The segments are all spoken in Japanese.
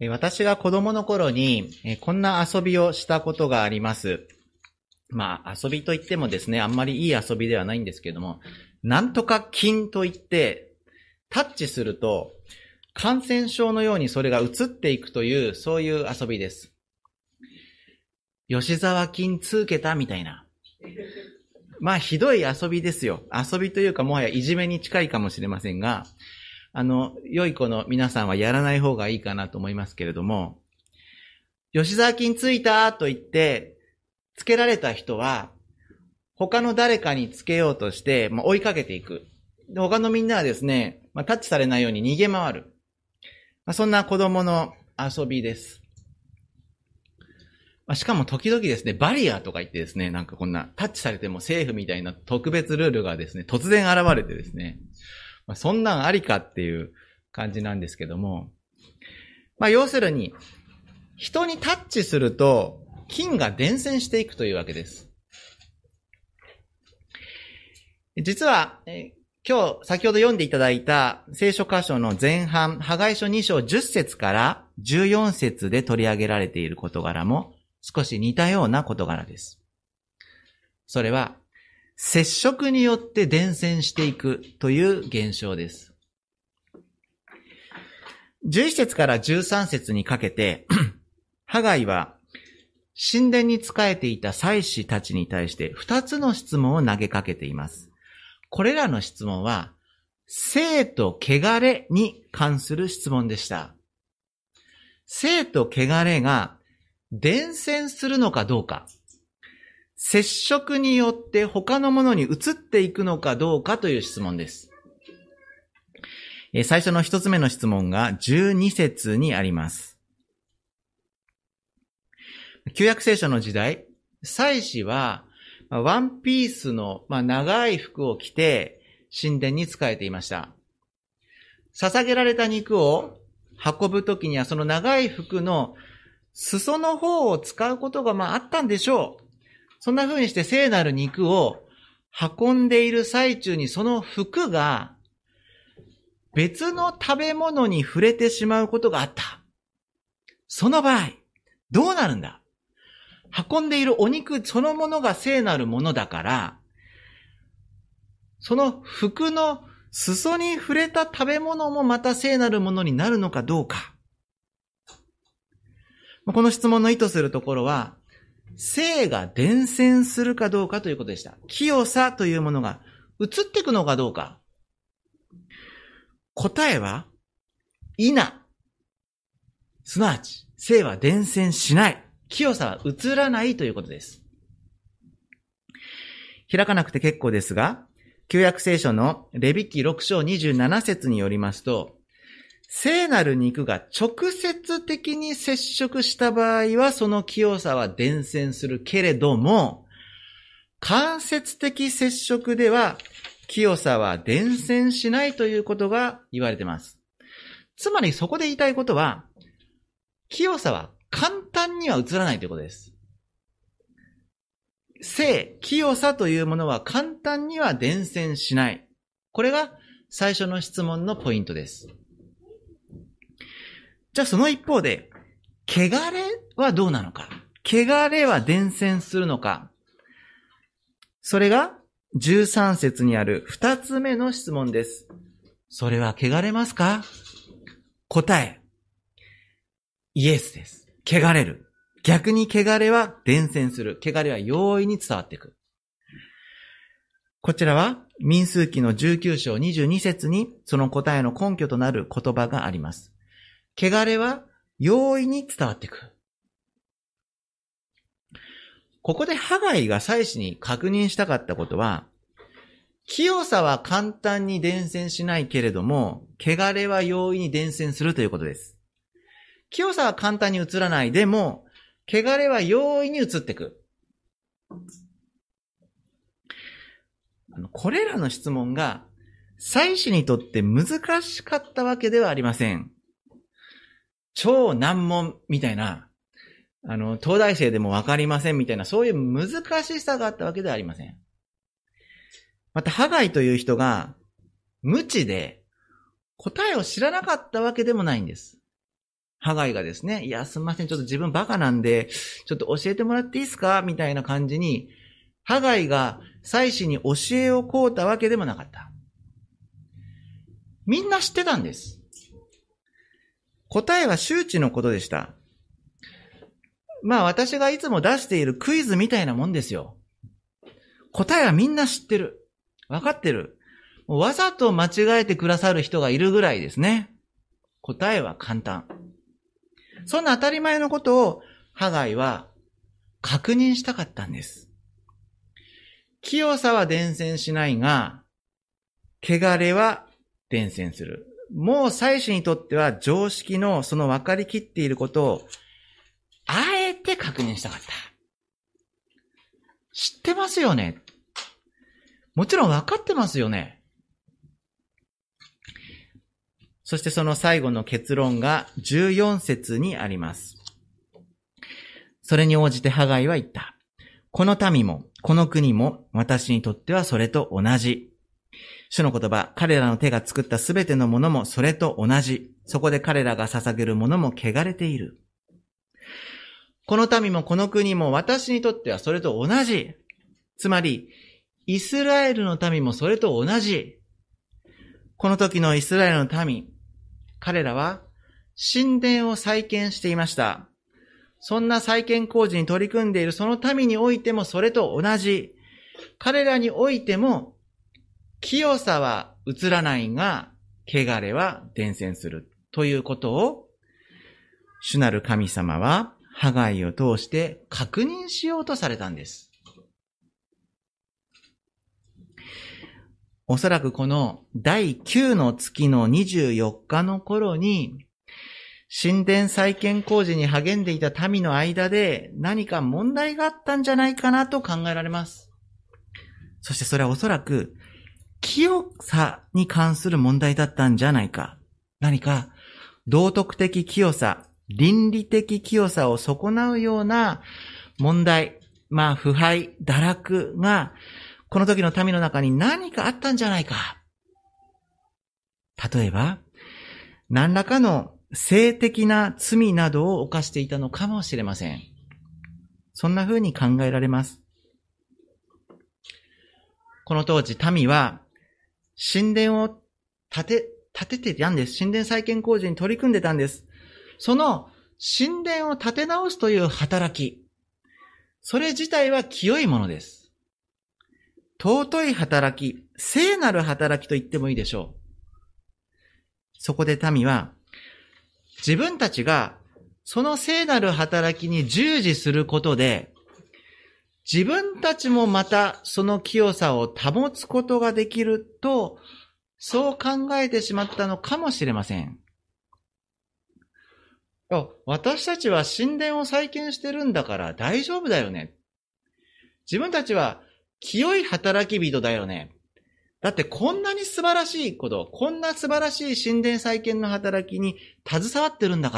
私が子供の頃に、こんな遊びをしたことがあります。遊びといってもですね、あんまりいい遊びではないんですけれども、なんとか菌といって、タッチすると、感染症のようにそれが移っていくという、そういう遊びです。吉沢菌つけたみたいな。ひどい遊びですよ。遊びというかもはやいじめに近いかもしれませんが、良い子の皆さんはやらない方がいいかなと思いますけれども、吉沢菌ついたと言って、つけられた人は、他の誰かにつけようとして、追いかけていく。で他のみんなはですね、タッチされないように逃げ回る。そんな子供の遊びです。しかも時々ですね、バリアとか言ってですね、なんかこんなタッチされてもセーフみたいな特別ルールがですね、突然現れてですね、そんなんありかっていう感じなんですけども、要するに、人にタッチすると、菌が伝染していくというわけです。実は、今日先ほど読んでいただいた聖書箇所の前半、ハガイ書2章10節から14節で取り上げられている事柄も少し似たような事柄です。それは、接触によって伝染していくという現象です。11節から13節にかけて、ハガイは神殿に仕えていた祭司たちに対して2つの質問を投げかけています。これらの質問は、聖と汚れに関する質問でした。聖と汚れが伝染するのかどうか、接触によって他のものに移っていくのかどうかという質問です。最初の一つ目の質問が12節にあります。旧約聖書の時代、祭司はワンピースの長い服を着て神殿に仕えていました。捧げられた肉を運ぶときにはその長い服の裾の方を使うことがあったんでしょう。そんな風にして聖なる肉を運んでいる最中にその服が別の食べ物に触れてしまうことがあった。その場合、どうなるんだ？運んでいるお肉そのものが聖なるものだから、その服の裾に触れた食べ物もまた聖なるものになるのかどうか。この質問の意図するところは、聖が伝染するかどうかということでした。清さというものが移っていくのかどうか。答えは、否。すなわち、聖は伝染しない。清さは移らないということです。開かなくて結構ですが、旧約聖書のレビ記6章27節によりますと、聖なる肉が直接的に接触した場合は、その清さは伝染するけれども、間接的接触では、清さは伝染しないということが言われています。つまりそこで言いたいことは、清さは簡単には移らないということです。聖、清さというものは簡単には伝染しない。これが最初の質問のポイントです。じゃあその一方で、汚れはどうなのか。汚れは伝染するのか。それが13節にある二つ目の質問です。それは汚れますか？答え、イエスです。汚れる。逆に汚れは伝染する。汚れは容易に伝わっていく。こちらは民数記の19章22節にその答えの根拠となる言葉があります。汚れは容易に伝わっていく。ここでハガイが祭司に確認したかったことは、清さは簡単に伝染しないけれども、汚れは容易に伝染するということです。清さは簡単に移らない。でも、汚れは容易に移っていく。これらの質問が、祭司にとって難しかったわけではありません。超難問みたいな、東大生でもわかりませんみたいな、そういう難しさがあったわけではありません。また、ハガイという人が無知で答えを知らなかったわけでもないんです。 ハガイがですね、いや、すみません、ちょっと自分バカなんで、ちょっと教えてもらっていいですかみたいな感じに、ハガイが祭司に教えを請うたわけでもなかった。みんな知ってたんです。答えは周知のことでした。まあ私がいつも出しているクイズみたいなもんですよ。答えはみんな知ってる。わかってる。わざと間違えてくださる人がいるぐらいですね。答えは簡単。そんな当たり前のことをハガイは確認したかったんです。清さは伝染しないが、汚れは伝染する。もう祭司にとっては常識のその分かりきっていることをあえて確認したかった。知ってますよね。もちろん分かってますよね。そしてその最後の結論が14節にあります。それに応じてハガイは言った。この民も、この国も私にとってはそれと同じ。主の言葉、彼らの手が作ったすべてのものもそれと同じ。そこで彼らが捧げるものも汚れている。この民もこの国も私にとってはそれと同じ。つまり、イスラエルの民もそれと同じ。この時のイスラエルの民、彼らは神殿を再建していました。そんな再建工事に取り組んでいるその民においてもそれと同じ。彼らにおいても清さは移らないが、汚れは伝染するということを、主なる神様はハガイを通して確認しようとされたんです。おそらくこの第9の月の24日の頃に、神殿再建工事に励んでいた民の間で何か問題があったんじゃないかなと考えられます。そしてそれはおそらく清さに関する問題だったんじゃないか。何か道徳的清さ、倫理的清さを損なうような問題、腐敗、堕落がこの時の民の中に何かあったんじゃないか。例えば、何らかの性的な罪などを犯していたのかもしれません。そんな風に考えられます。この当時、民は神殿を建ててたんです。神殿再建工事に取り組んでたんです。その神殿を建て直すという働き、それ自体は清いものです。尊い働き、聖なる働きと言ってもいいでしょう。そこで民は、自分たちがその聖なる働きに従事することで、自分たちもまたその清さを保つことができると、そう考えてしまったのかもしれません。私たちは神殿を再建してるんだから大丈夫だよね。自分たちは清い働き人だよね。だってこんなに素晴らしいこと、こんな素晴らしい神殿再建の働きに携わってるんだから。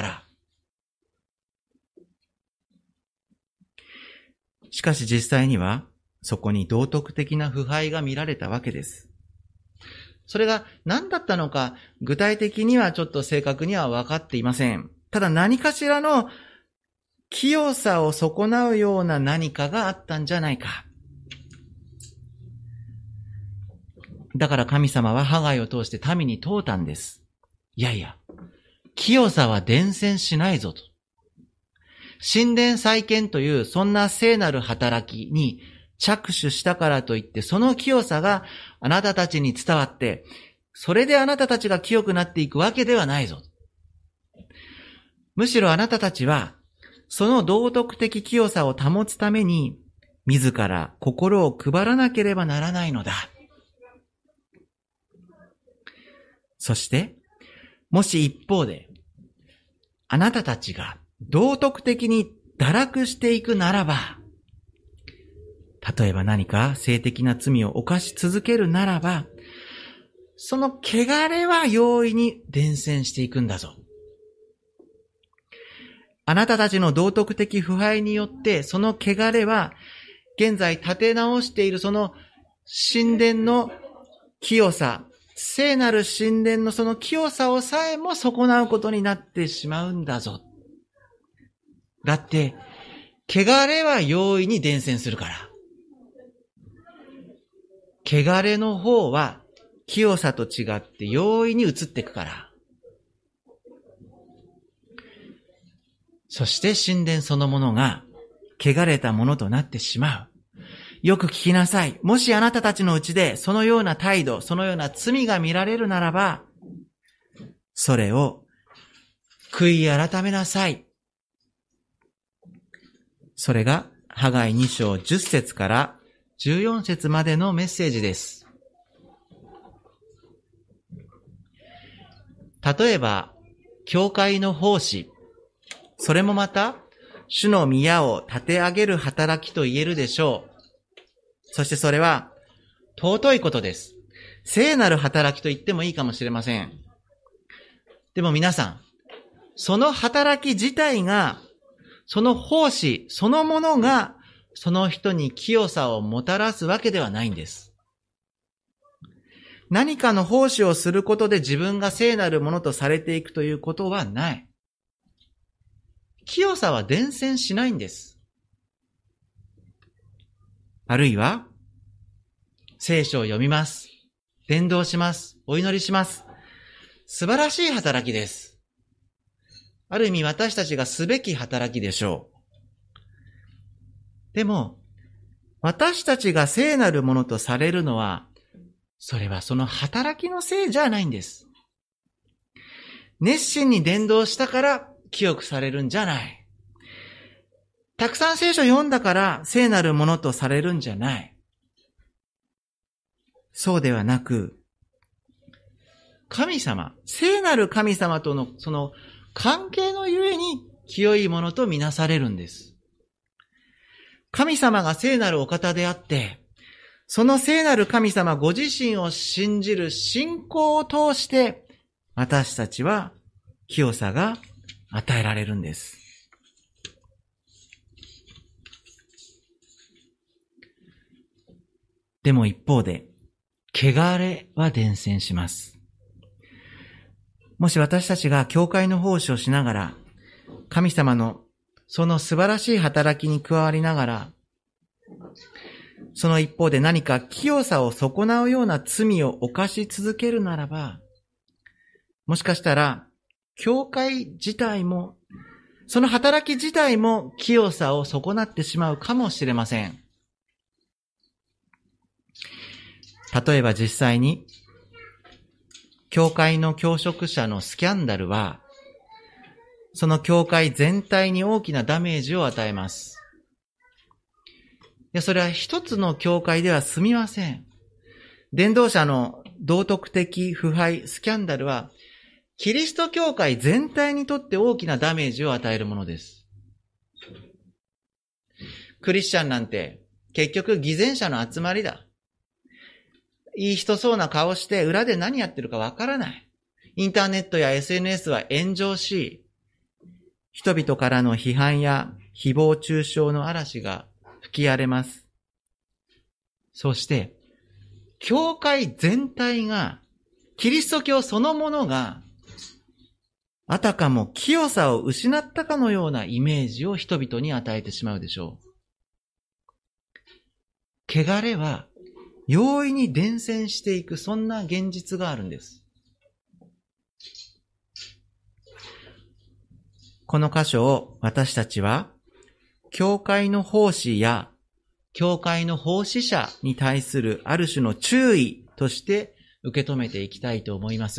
しかし実際には、そこに道徳的な腐敗が見られたわけです。それが何だったのか、具体的にはちょっと正確には分かっていません。ただ何かしらの清さを損なうような何かがあったんじゃないか。だから神様はハガイを通して民に問うたんです。いやいや、清さは伝染しないぞと。神殿再建というそんな聖なる働きに着手したからといって、その清さがあなたたちに伝わって、それであなたたちが清くなっていくわけではないぞ。むしろあなたたちは、その道徳的清さを保つために、自ら心を配らなければならないのだ。そして、もし一方で、あなたたちが道徳的に堕落していくならば、例えば何か性的な罪を犯し続けるならば、その汚れは容易に伝染していくんだぞ。あなたたちの道徳的腐敗によって、その汚れは、現在立て直しているその神殿の清さ、 聖なる神殿のその清さをさえも損なうことになってしまうんだぞ。だって、汚れは容易に伝染するから。汚れの方は清さと違って容易に移っていくから。そして神殿そのものが汚れたものとなってしまう。よく聞きなさい。もしあなたたちのうちでそのような態度、そのような罪が見られるならば、それを悔い改めなさい。それがハガイ2章10節から14節までのメッセージです。例えば、教会の奉仕、それもまた、主の宮を立て上げる働きと言えるでしょう。そしてそれは、尊いことです。聖なる働きと言ってもいいかもしれません。でも皆さん、その働き自体が、その奉仕そのものが、その人に清さをもたらすわけではないんです。何かの奉仕をすることで自分が聖なるものとされていくということはない。清さは伝染しないんです。あるいは、聖書を読みます。伝道します。お祈りします。素晴らしい働きです。ある意味私たちがすべき働きでしょう。でも、私たちが聖なるものとされるのは、それはその働きのせいじゃないんです。熱心に伝道したから清くされるんじゃない。たくさん聖書を読んだから聖なるものとされるんじゃない。そうではなく、神様、聖なる神様とのその関係のゆえに清いものとみなされるんです。神様が聖なるお方であって、その聖なる神様ご自身を信じる信仰を通して、私たちは清さが与えられるんです。でも一方で、汚れは伝染します。もし私たちが教会の奉仕をしながら、神様のその素晴らしい働きに加わりながら、その一方で何か清さを損なうような罪を犯し続けるならば、もしかしたら、教会自体も、その働き自体も清さを損なってしまうかもしれません。例えば実際に、教会の教職者のスキャンダルは、その教会全体に大きなダメージを与えます。それは一つの教会では済みません。伝道者の道徳的腐敗、スキャンダルは、キリスト教会全体にとって大きなダメージを与えるものです。クリスチャンなんて結局偽善者の集まりだ。いい人そうな顔して裏で何やってるかわからない。インターネットや SNS は炎上し、人々からの批判や誹謗中傷の嵐が吹き荒れます。そして、教会全体が、キリスト教そのものが、あたかも清さを失ったかのようなイメージを人々に与えてしまうでしょう。汚れは、容易に伝染していく、そんな現実があるんです。この箇所を私たちは、教会の奉仕や、教会の奉仕者に対するある種の注意として受け止めていきたいと思います。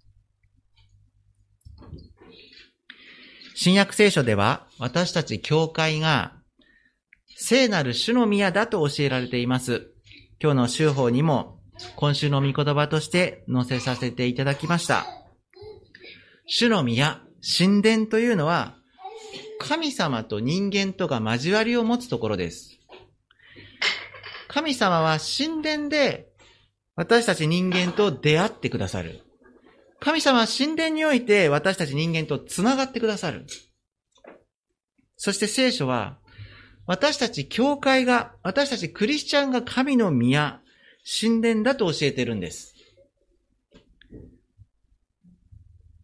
新約聖書では、私たち教会が、聖なる主の宮だと教えられています。今日の週報にも今週の御言葉として載せさせていただきました。主の宮、神殿というのは神様と人間とが交わりを持つところです。神様は神殿で私たち人間と出会ってくださる。神様は神殿において私たち人間とつながってくださる。そして聖書は私たち教会が、私たちクリスチャンが神の宮、神殿だと教えているんです。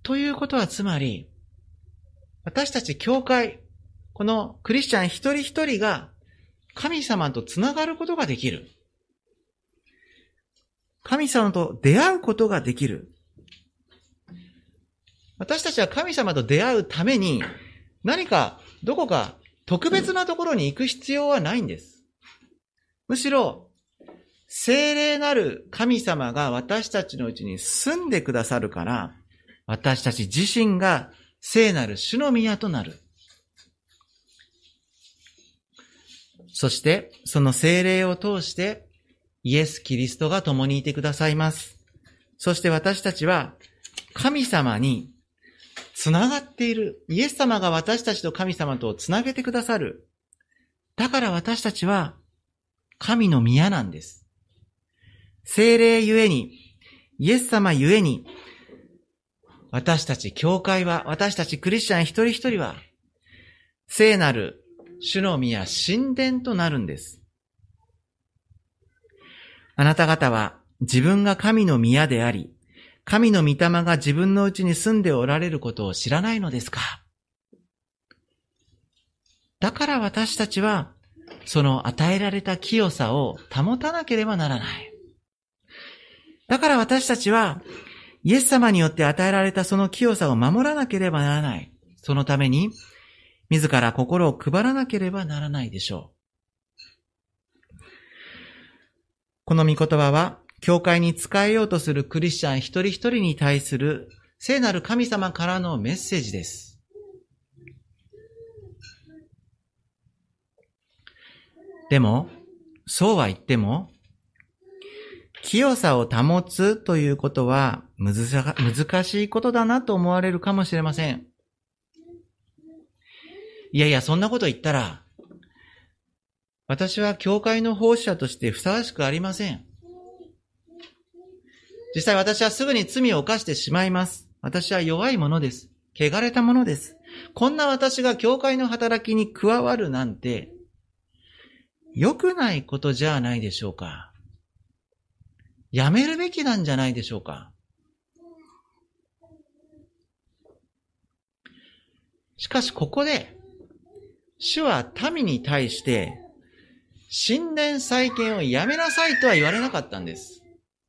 ということはつまり、私たち教会、このクリスチャン一人一人が神様とつながることができる。神様と出会うことができる。私たちは神様と出会うために何かどこか特別なところに行く必要はないんです。むしろ、聖霊なる神様が私たちのうちに住んでくださるから、私たち自身が聖なる主の宮となる。そして、その聖霊を通して、イエス・キリストが共にいてくださいます。そして私たちは、神様につながっている。イエス様が私たちと神様とつなげてくださる。だから私たちは、神の宮なんです。聖霊ゆえに、イエス様ゆえに、私たち教会は、私たちクリスチャン一人一人は、聖なる主の宮、神殿となるんです。あなた方は自分が神の宮であり、神の御霊が自分のうちに住んでおられることを知らないのですか？だから私たちは、その与えられた清さを保たなければならない。だから私たちは、イエス様によって与えられたその清さを守らなければならない。そのために、自ら心を配らなければならないでしょう。この御言葉は、教会に仕えようとするクリスチャン一人一人に対する聖なる神様からのメッセージです。でも、そうは言っても、清さを保つということは難しいことだなと思われるかもしれません。いやいや、そんなこと言ったら、私は教会の奉仕者としてふさわしくありません。実際私はすぐに罪を犯してしまいます。私は弱いものです。汚れたものです。こんな私が教会の働きに加わるなんて、良くないことじゃないでしょうか。やめるべきなんじゃないでしょうか。しかしここで、主は民に対して、神殿再建をやめなさいとは言われなかったんです。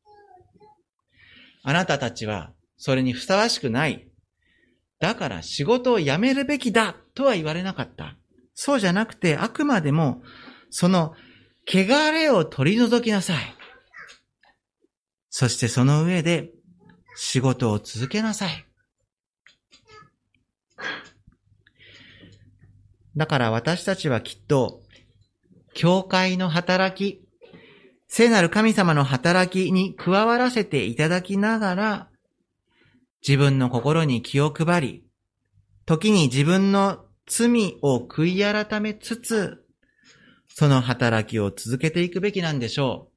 あなたたちはそれにふさわしくない。だから仕事を辞めるべきだとは言われなかった。そうじゃなくて、あくまでも、その汚れを取り除きなさい。そしてその上で仕事を続けなさい。だから私たちはきっと、教会の働き、聖なる神様の働きに加わらせていただきながら、自分の心に気を配り、時に自分の罪を悔い改めつつ、その働きを続けていくべきなんでしょう。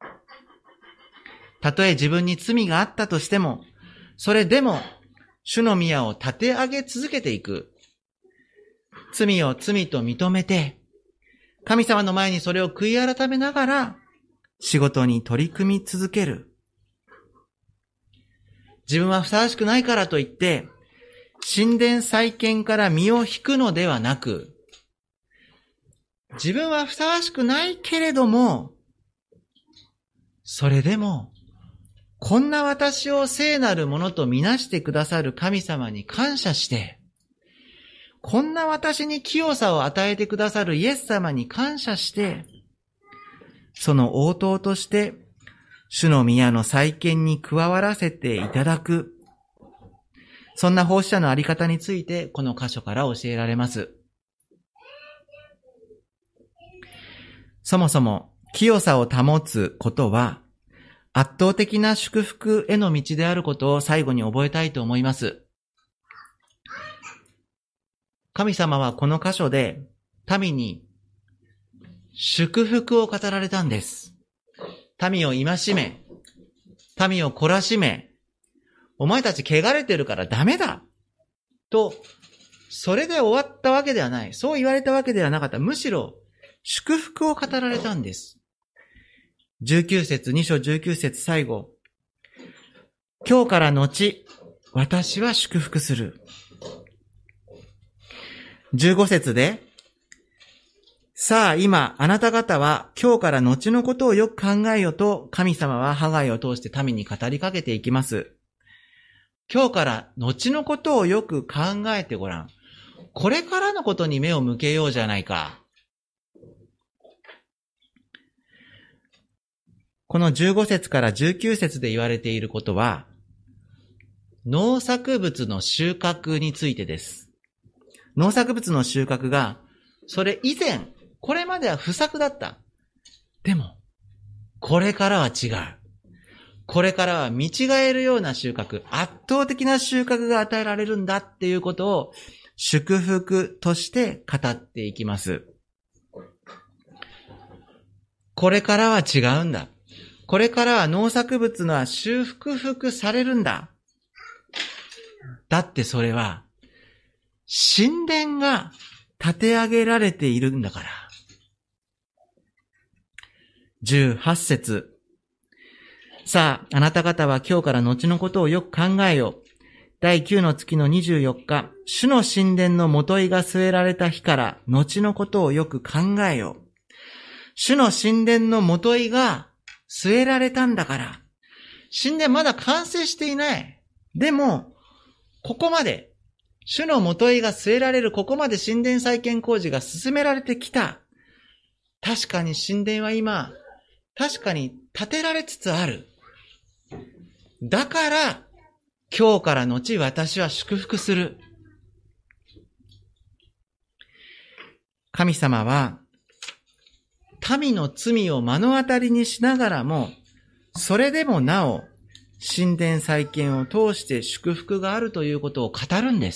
たとえ自分に罪があったとしても、それでも主の宮を立て上げ続けていく。罪を罪と認めて、神様の前にそれを悔い改めながら、仕事に取り組み続ける。自分はふさわしくないからといって、神殿再建から身を引くのではなく、自分はふさわしくないけれども、それでも、こんな私を聖なるものとみなしてくださる神様に感謝して、こんな私に清さを与えてくださるイエス様に感謝して、その応答として、主の宮の再建に加わらせていただく。そんな奉仕者のあり方について、この箇所から教えられます。そもそも、清さを保つことは、圧倒的な祝福への道であることを最後に覚えたいと思います。神様はこの箇所で、民に祝福を語られたんです。民を戒め、民を懲らしめ、お前たち汚れてるからダメだと、それで終わったわけではない。そう言われたわけではなかった。むしろ、祝福を語られたんです。19節、2章19節最後。今日から後、 私は祝福する。15節で、さあ今、あなた方は今日から後のことをよく考えよと、神様はハガイを通して民に語りかけていきます。今日から後のことをよく考えてごらん。これからのことに目を向けようじゃないか。この15節から19節で言われていることは、農作物の収穫についてです。農作物の収穫が、それ以前、これまでは不作だった。でも、これからは違う。これからは見違えるような収穫、圧倒的な収穫が与えられるんだっていうことを、祝福として語っていきます。これからは違うんだ。これからは農作物のは祝福されるんだ。だってそれは、神殿が建て上げられているんだから。18節。さあ、あなた方は今日から後のことをよく考えよ。第9の月の24日、主の神殿の元井が据えられた日から後のことをよく考えよ。主の神殿の元井が据えられたんだから。神殿まだ完成していない。でも、ここまで、主の元井が据えられるここまで神殿再建工事が進められてきた。確かに神殿は今、確かに建てられつつある。だから、今日から後私は祝福する。神様は、民の罪を目の当たりにしながらも、それでもなお、神殿再建を通して祝福があるということを語るんです。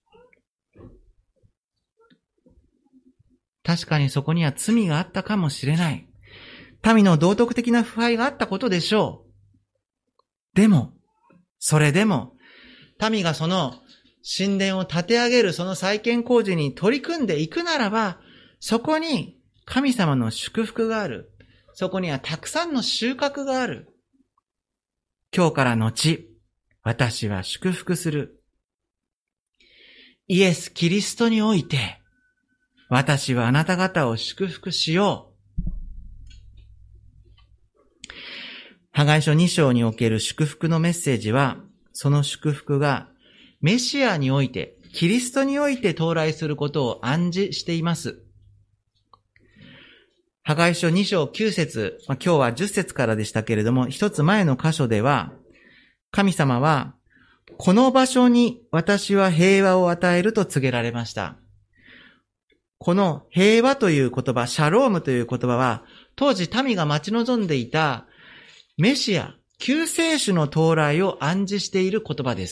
確かにそこには罪があったかもしれない。民の道徳的な腐敗があったことでしょう。でも、それでも、民がその神殿を建て上げるその再建工事に取り組んでいくならば、そこに神様の祝福がある。そこにはたくさんの収穫がある。今日から後、私は祝福する。イエス・キリストにおいて、私はあなた方を祝福しよう。ハガイ書2章における祝福のメッセージは、その祝福がメシアにおいて、キリストにおいて到来することを暗示しています。ハガイ書2章9節、今日は10節からでしたけれども、一つ前の箇所では、神様は、この場所に私は平和を与えると告げられました。この平和という言葉、シャロームという言葉は、当時民が待ち望んでいたメシア、救世主の到来を暗示している言葉です。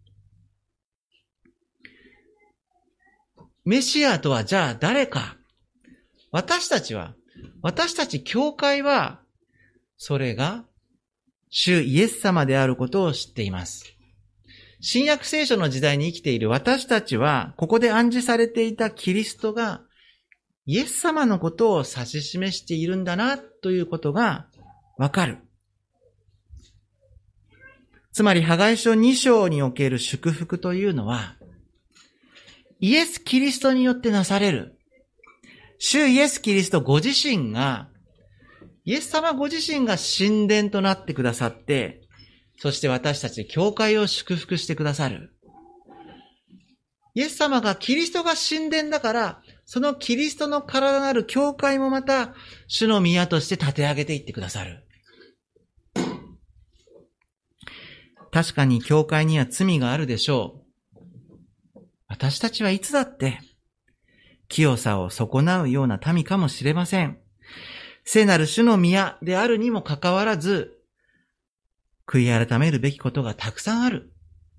メシアとはじゃあ誰か。私たち教会は、それが、主イエス様であることを知っています。新約聖書の時代に生きている私たちは、ここで暗示されていたキリストが、イエス様のことを指し示しているんだな、ということがわかる。つまり、ハガイ書2章における祝福というのは、イエス・キリストによってなされる。主イエス・キリストご自身が、イエス様ご自身が神殿となってくださって、そして私たち教会を祝福してくださる。イエス様がキリストが神殿だから、そのキリストの体なる教会もまた、主の宮として立て上げていってくださる。確かに教会には罪があるでしょう。私たちはいつだって、清さを損なうような民かもしれません。聖なる主の宮であるにもかかわらず、悔い改めるべきことがたくさんある。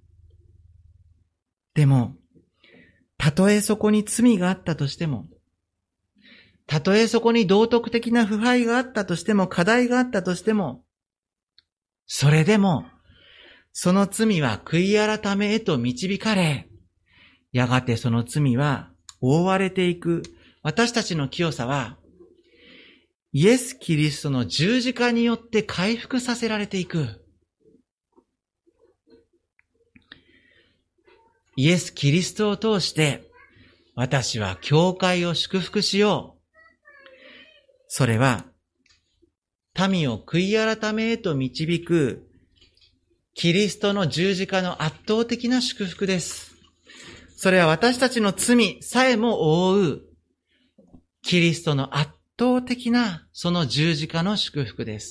でも、たとえそこに罪があったとしても、たとえそこに道徳的な腐敗があったとしても、課題があったとしても、それでも、その罪は悔い改めへと導かれ、やがてその罪は覆われていく。私たちの清さは、イエス・キリストの十字架によって回復させられていく。 イエス・キリストを通して、私は教会を祝福しよう。それは、民を悔い改めへと導く、キリストの十字架の圧倒的な祝福です。それは私たちの罪さえも覆う、キリストの圧倒的なその十字架の祝福です。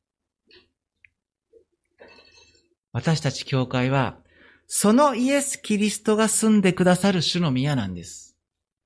私たち教会は、そのイエス・キリストが住んでくださる主の宮なんです。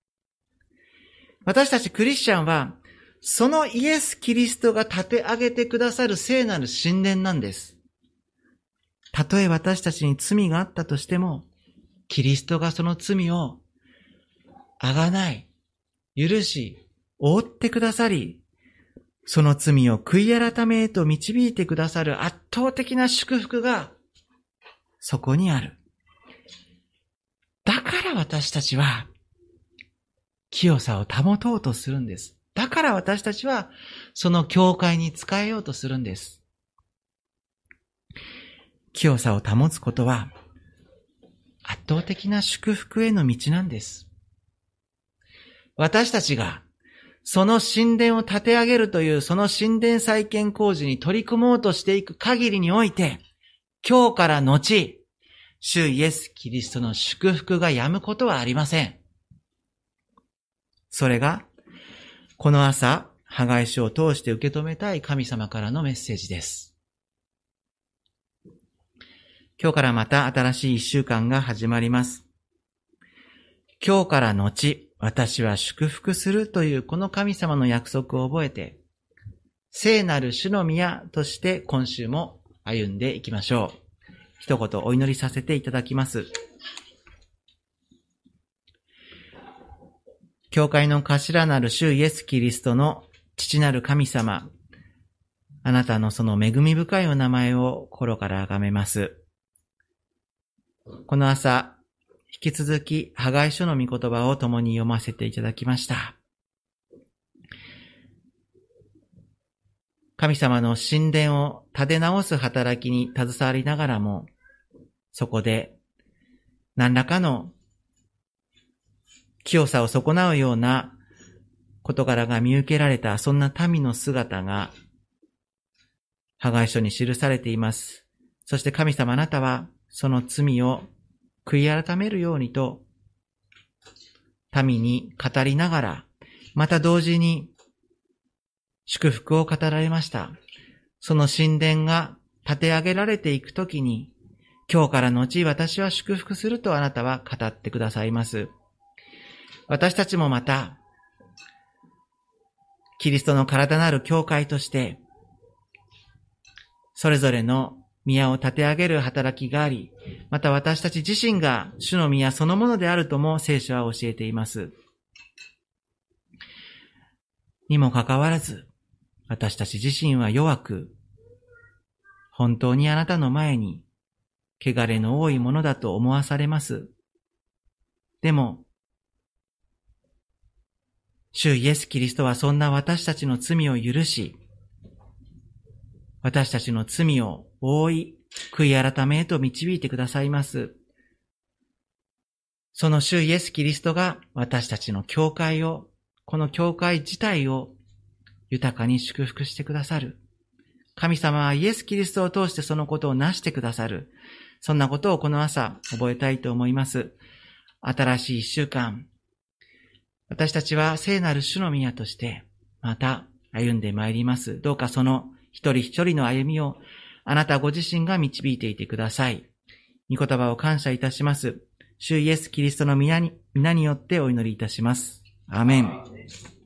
私たちクリスチャンは、そのイエス・キリストが立て上げてくださる聖なる神殿なんです。たとえ私たちに罪があったとしても、キリストがその罪をあがない、許し、覆ってくださり、その罪を悔い改めへと導いてくださる圧倒的な祝福がそこにある。だから私たちは清さを保とうとするんです。だから私たちはその教会に仕えようとするんです。清さを保つことは圧倒的な祝福への道なんです。私たちがその神殿を建て上げるというその神殿再建工事に取り組もうとしていく限りにおいて、今日から後、主イエス・キリストの祝福が止むことはありません。それが、この朝、ハガイ書を通して受け止めたい神様からのメッセージです。今日からまた新しい一週間が始まります。今日から後、私は祝福するというこの神様の約束を覚えて、聖なる主の宮として今週も歩んでいきましょう。一言お祈りさせていただきます。教会の頭なる主イエス・キリストの父なる神様、あなたのその恵み深いお名前を心から崇めます。この朝、引き続き、ハガイ書の御言葉を共に読ませていただきました。神様の神殿を建て直す働きに携わりながらも、そこで何らかの清さを損なうような事柄が見受けられた、そんな民の姿が、ハガイ書に記されています。そして神様あなたは、その罪を悔い改めるようにと、民に語りながら、また同時に祝福を語られました。その神殿が建て上げられていくときに、今日から後私は祝福するとあなたは語ってくださいます。私たちもまた、キリストの体なる教会として、それぞれの宮を建て上げる働きがあり、また私たち自身が主の宮そのものであるとも聖書は教えています。にもかかわらず、私たち自身は弱く、本当にあなたの前に、汚れの多いものだと思わされます。でも、主イエス・キリストはそんな私たちの罪を許し、私たちの罪を覆い、悔い改めへと導いてくださいます。その主イエス・キリストが私たちの教会を、この教会自体を豊かに祝福してくださる。神様はイエス・キリストを通してそのことをなしてくださる。そんなことをこの朝覚えたいと思います。新しい一週間、私たちは聖なる主の宮としてまた歩んでまいります。どうかその一人一人の歩みをあなたご自身が導いていてください。御言葉を感謝いたします。主イエス・キリストの皆によってお祈りいたします。アーメン。